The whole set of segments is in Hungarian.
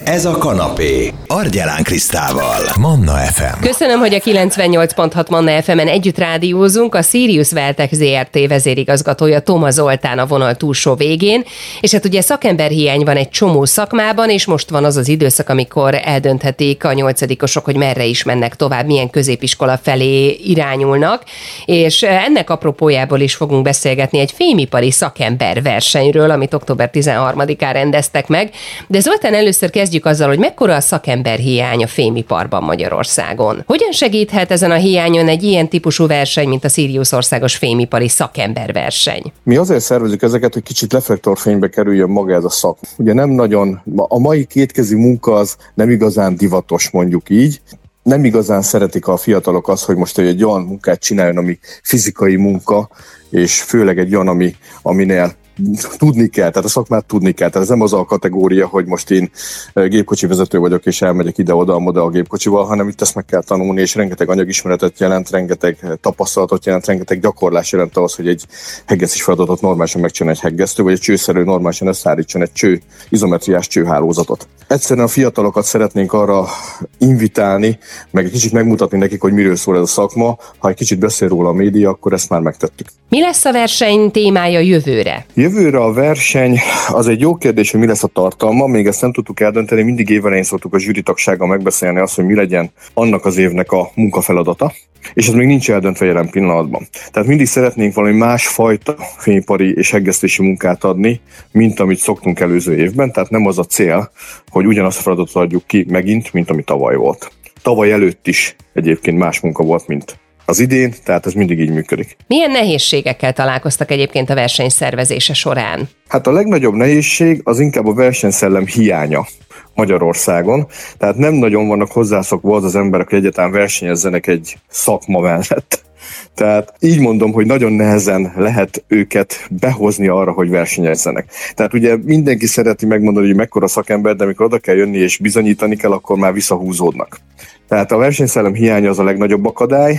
Ez a kanapé. Argyelán Krisztával. Manna FM. Köszönöm, hogy a 98.6 Manna FM-en együtt rádiózunk. A Sirius Weltec Zrt. Vezérigazgatója Toma Zoltán a vonal túlsó végén. És hát ugye szakemberhiány van egy csomó szakmában, és most van az az időszak, amikor eldönthetik a 8-osok, hogy merre is mennek tovább, milyen középiskola felé irányulnak. És ennek apropójából is fogunk beszélgetni egy fémipari szakemberversenyről, amit október 13-án rendeztek meg. De Zoltán, először kezdjük azzal, hogy mekkora a szakemberhiány a fémiparban Magyarországon. Hogyan segíthet ezen a hiányon egy ilyen típusú verseny, mint a Sirius Országos Fémipari Szakemberverseny? Mi azért szervezzük ezeket, hogy kicsit reflektorfénybe kerüljön maga ez a szak. Ugye nem nagyon, a mai kétkezi munka az nem igazán divatos, mondjuk így. Nem igazán szeretik a fiatalok azt, hogy most egy olyan munkát csináljon, ami fizikai munka, és főleg egy olyan, aminél tudni kell, tehát a szakmát tudni kell. Tehát ez nem az a kategória, hogy most én gépkocsi vezető vagyok, és elmegyek ide-oda a gépkocsival, hanem itt ezt meg kell tanulni, és rengeteg anyagismeretet jelent, rengeteg tapasztalatot jelent, rengeteg gyakorlás jelent ahhoz, hogy egy heggesztés feladatot normálisan megcsinálja egy heggesztő, vagy egy csőszerelő normálisan összeállítson egy izometriás csőhálózatot. Egyszerűen a fiatalokat szeretnénk arra invitálni, meg egy kicsit megmutatni nekik, hogy miről szól ez a szakma. Ha egy kicsit beszél róla a média, akkor ezt már megtettük. Mi lesz a verseny témája jövőre? Jövőre a verseny, az egy jó kérdés, hogy mi lesz a tartalma, még ezt nem tudtuk eldönteni, mindig évelején szoktuk a zsűritagsággal megbeszélni azt, hogy mi legyen annak az évnek a munkafeladata, és ez még nincs eldöntve jelen pillanatban. Tehát mindig szeretnénk valami másfajta fémipari és heggesztési munkát adni, mint amit szoktunk előző évben, tehát nem az a cél, hogy ugyanazt a feladatot adjuk ki megint, mint ami tavaly volt. Tavaly előtt is egyébként más munka volt, mint az idén, tehát ez mindig így működik. Milyen nehézségekkel találkoztak egyébként a verseny szervezése során? Hát a legnagyobb nehézség az inkább a versenyszellem hiánya Magyarországon. Tehát nem nagyon vannak hozzászokva az emberek, hogy egyáltalán versenyezzenek egy szakma mellett. Tehát így mondom, hogy nagyon nehezen lehet őket behozni arra, hogy versenyezzenek. Tehát ugye mindenki szereti megmondani, hogy mekkora szakember, de amikor oda kell jönni és bizonyítani kell, akkor már visszahúzódnak. Tehát a versenyszellem hiánya az a legnagyobb akadály.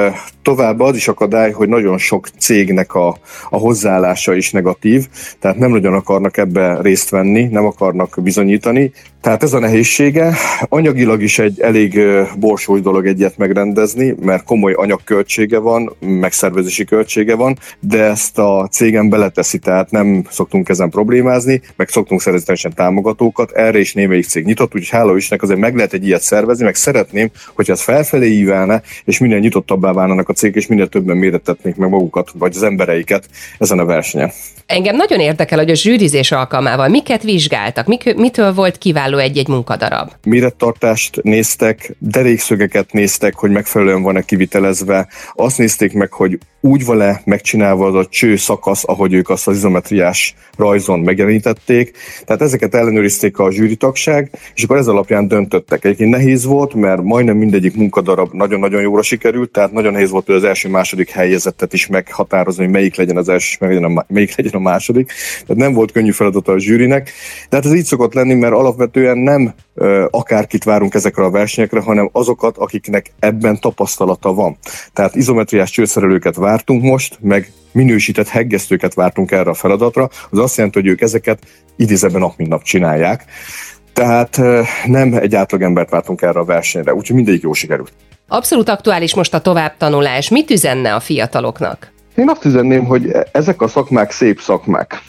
Tovább az is akadály, hogy nagyon sok cégnek a hozzáállása is negatív, tehát nem nagyon akarnak ebbe részt venni, nem akarnak bizonyítani. Tehát ez a nehézsége. Anyagilag is egy elég borsós dolog egyet megrendezni, mert komoly anyagköltsége van, megszervezési költsége van, de ezt a cégem beleteszi, tehát nem szoktunk ezen problémázni, meg szoktunk szerezni teljesen támogatókat. Erre is némelyik cég nyitott, úgyhogy hála Istennek azért meg lehet egy ilyet szervezni, meg szeretném, hogyha ez felfelé ívelne, és minél nyitottabbá válnának a cégek, és minél többen mérettetnék meg magukat, vagy az embereiket ezen a versenyen. Engem nagyon érdekel, hogy a zsűrizés alkalmával miket vizsgáltak, mitől volt kiváló egy-egy munkadarab? Mérettartást néztek, derékszögeket néztek, hogy megfelelően van-e kivitelezve, azt nézték meg, hogy úgy van-e megcsinálva az a cső szakasz, ahogy ők azt az izometriás rajzon megjelenítették. Tehát ezeket ellenőrizték a zsűritagság, és akkor ez alapján döntöttek. Egyébként nehéz volt, mert majdnem mindegyik munkadarab nagyon-nagyon jóra sikerült, tehát nagyon nehéz volt, hogy az első-második helyezettet is meghatározni, hogy melyik legyen az első, és melyik legyen a második. Tehát nem volt könnyű feladata a zsűrinek. Tehát ez így szokott lenni, mert alapvetően nem akárkit várunk ezekre a versenyekre, hanem azokat, akiknek ebben tapasztalata van. Tehát izometriás csőszerelőket vártunk most, meg minősített heggesztőket vártunk erre a feladatra, az azt jelenti, hogy ők ezeket idézőben nap mint nap csinálják. Tehát nem egy átlagembert vártunk erre a versenyre, úgyhogy mindegyik jól sikerült. Abszolút aktuális most a továbbtanulás. Mit üzenne a fiataloknak? Én azt üzenném, hogy ezek a szakmák szép szakmák.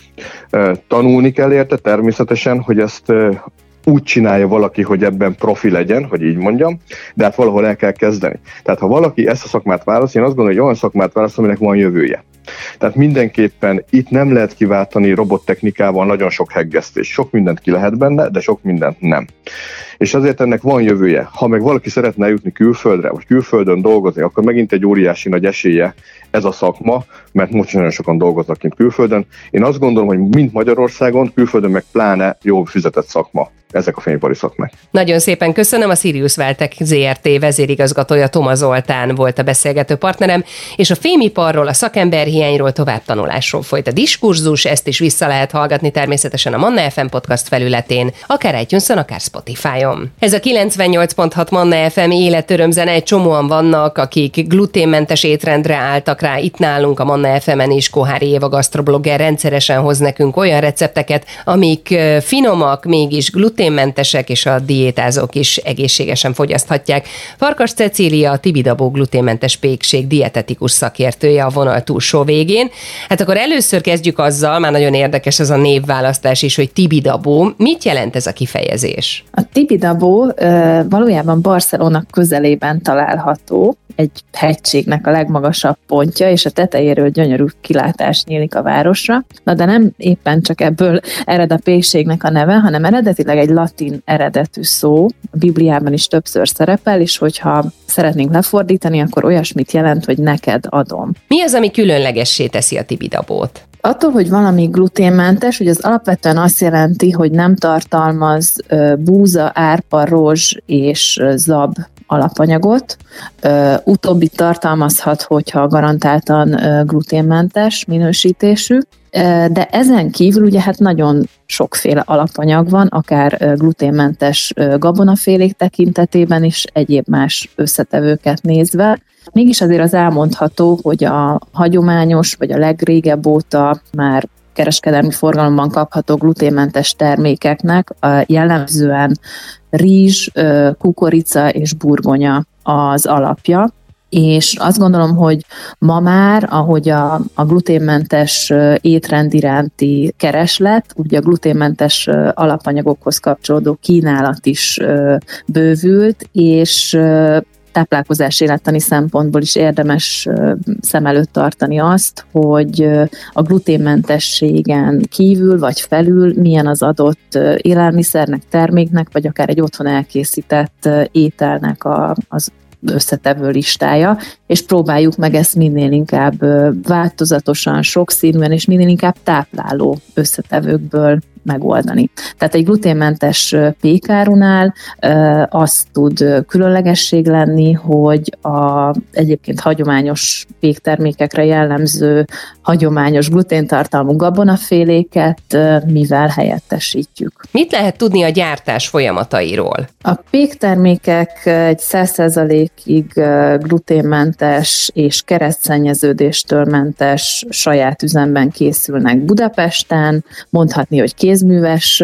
Tanulni kell érte természetesen, hogy ezt úgy csinálja valaki, hogy ebben profi legyen, hogy így mondjam, de hát valahol el kell kezdeni. Tehát ha valaki ezt a szakmát választ, én azt gondolom, hogy olyan szakmát választ, aminek van jövője. Tehát mindenképpen itt nem lehet kiváltani robottechnikával nagyon sok heggesztés. Sok mindent ki lehet benne, de sok mindent nem. És azért ennek van jövője. Ha meg valaki szeretne eljutni külföldre, vagy külföldön dolgozni, akkor megint egy óriási nagy esélye ez a szakma, mert most nagyon sokan dolgoznak kint külföldön. Én azt gondolom, hogy mind Magyarországon, külföldön meg pláne jól fizetett szakma ezek a fémipari szakmák. Nagyon szépen köszönöm, a Sirius Weltec Zrt. Vezérigazgatója Toma Zoltán volt a beszélgető partnerem, és a fémiparról, a szakemberhiányról, továbbtanulásról folyt a diskurzus, ezt is vissza lehet hallgatni természetesen a Manna FM podcast felületén, akár iTunes-on, akár Spotify-on. nagyon. Ez a 98.6 Manna FM életörömzene, egy csomóan vannak, akik gluténmentes étrendre álltak rá. Itt nálunk a Manna FM-en is Kohári Éva gasztroblogger rendszeresen hoz nekünk olyan recepteket, amik finomak, mégis gluténmentesek, és a diétázók is egészségesen fogyaszthatják. Farkas Cecília, a Tibidabo gluténmentes pékség dietetikus szakértője a vonal túlsó végén. Hát akkor először kezdjük azzal, már nagyon érdekes ez a névválasztás is, hogy Tibidabo. Mit jelent ez a kifejezés? A Tibidabo valójában Barcelona közelében található, egy hegységnek a legmagasabb pontja, és a tetejéről gyönyörű kilátás nyílik a városra. Na de nem éppen csak ebből ered a pékségnek a neve, hanem eredetileg egy latin eredetű szó, a Bibliában is többször szerepel, és hogyha szeretnénk lefordítani, akkor olyasmit jelent, hogy neked adom. Mi az, ami különlegessé teszi a Tibidabót? Attól, hogy valami gluténmentes, hogy az alapvetően azt jelenti, hogy nem tartalmaz búza, árpa, rozs és zab alapanyagot. Utóbbi tartalmazhat, hogyha garantáltan gluténmentes minősítésű, de ezen kívül ugye hát nagyon sokféle alapanyag van, akár gluténmentes gabonafélék tekintetében is, egyéb más összetevőket nézve. Mégis azért az elmondható, hogy a hagyományos, vagy a legrégebb óta már kereskedelmi forgalomban kapható gluténmentes termékeknek jellemzően rizs, kukorica és burgonya az alapja. És azt gondolom, hogy ma már, ahogy a gluténmentes étrend iránti kereslet, ugye a gluténmentes alapanyagokhoz kapcsolódó kínálat is bővült, és táplálkozás élettani szempontból is érdemes szem előtt tartani azt, hogy a gluténmentességen kívül vagy felül milyen az adott élelmiszernek, terméknek, vagy akár egy otthon elkészített ételnek az összetevő listája, és próbáljuk meg ezt minél inkább változatosan, sokszínűen és minél inkább tápláló összetevőkből megoldani. Tehát egy gluténmentes pékárunál az tud különlegesség lenni, hogy egyébként hagyományos péktermékekre jellemző hagyományos gluténtartalmú gabonaféléket mivel helyettesítjük. Mit lehet tudni a gyártás folyamatairól? A péktermékek egy 100%-ig gluténmentes és keresztszennyeződéstől mentes saját üzemben készülnek Budapesten, mondhatni, hogy kézműves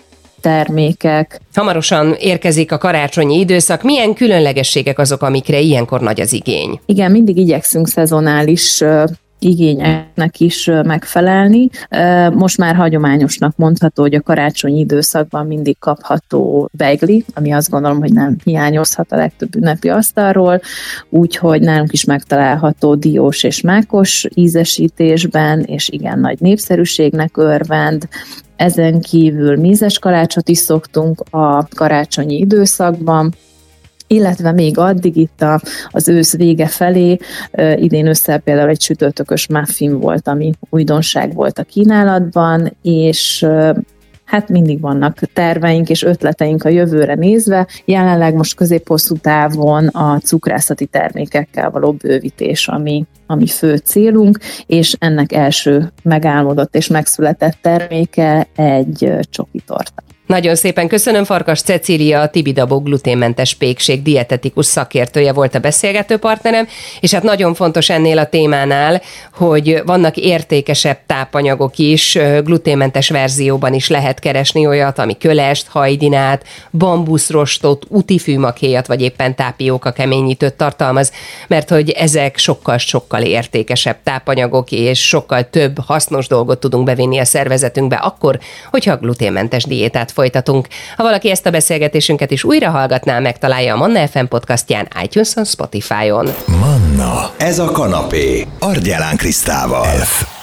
termékek. Hamarosan érkezik a karácsonyi időszak. Milyen különlegességek azok, amikre ilyenkor nagy az igény? Igen, mindig igyekszünk szezonális igényeknek is megfelelni. Most már hagyományosnak mondható, hogy a karácsonyi időszakban mindig kapható beigli, ami azt gondolom, hogy nem hiányozhat a legtöbb ünnepi asztalról, úgyhogy nálunk is megtalálható diós és mákos ízesítésben, és igen nagy népszerűségnek örvend. Ezen kívül mézes kalácsot is szoktunk a karácsonyi időszakban, illetve még addig itt az ősz vége felé, idén ősszel például egy sütőtökös muffin volt, ami újdonság volt a kínálatban, és hát mindig vannak terveink és ötleteink a jövőre nézve. Jelenleg most közép-hosszú távon a cukrászati termékekkel való bővítés, ami fő célunk, és ennek első megálmodott és megszületett terméke egy csoki torta. Nagyon szépen köszönöm, Farkas Cecília, a Tibidabo gluténmentes pékség dietetikus szakértője volt a beszélgető partnerem, és hát nagyon fontos ennél a témánál, hogy vannak értékesebb tápanyagok is, gluténmentes verzióban is lehet keresni olyat, ami kölest, hajdinát, bambuszrostot, utifűmakéjat, vagy éppen tápióka keményítőt tartalmaz, mert hogy ezek sokkal-sokkal értékesebb tápanyagok, és sokkal több hasznos dolgot tudunk bevinni a szervezetünkbe akkor, hogyha gluténmentes diétát folytatunk. Ha valaki ezt a beszélgetésünket is újra hallgatná, megtalálja a Manna FM podcastján, iTunes-on, Spotify-on. Manna, ez a kanapé, Argyelán Krisztával.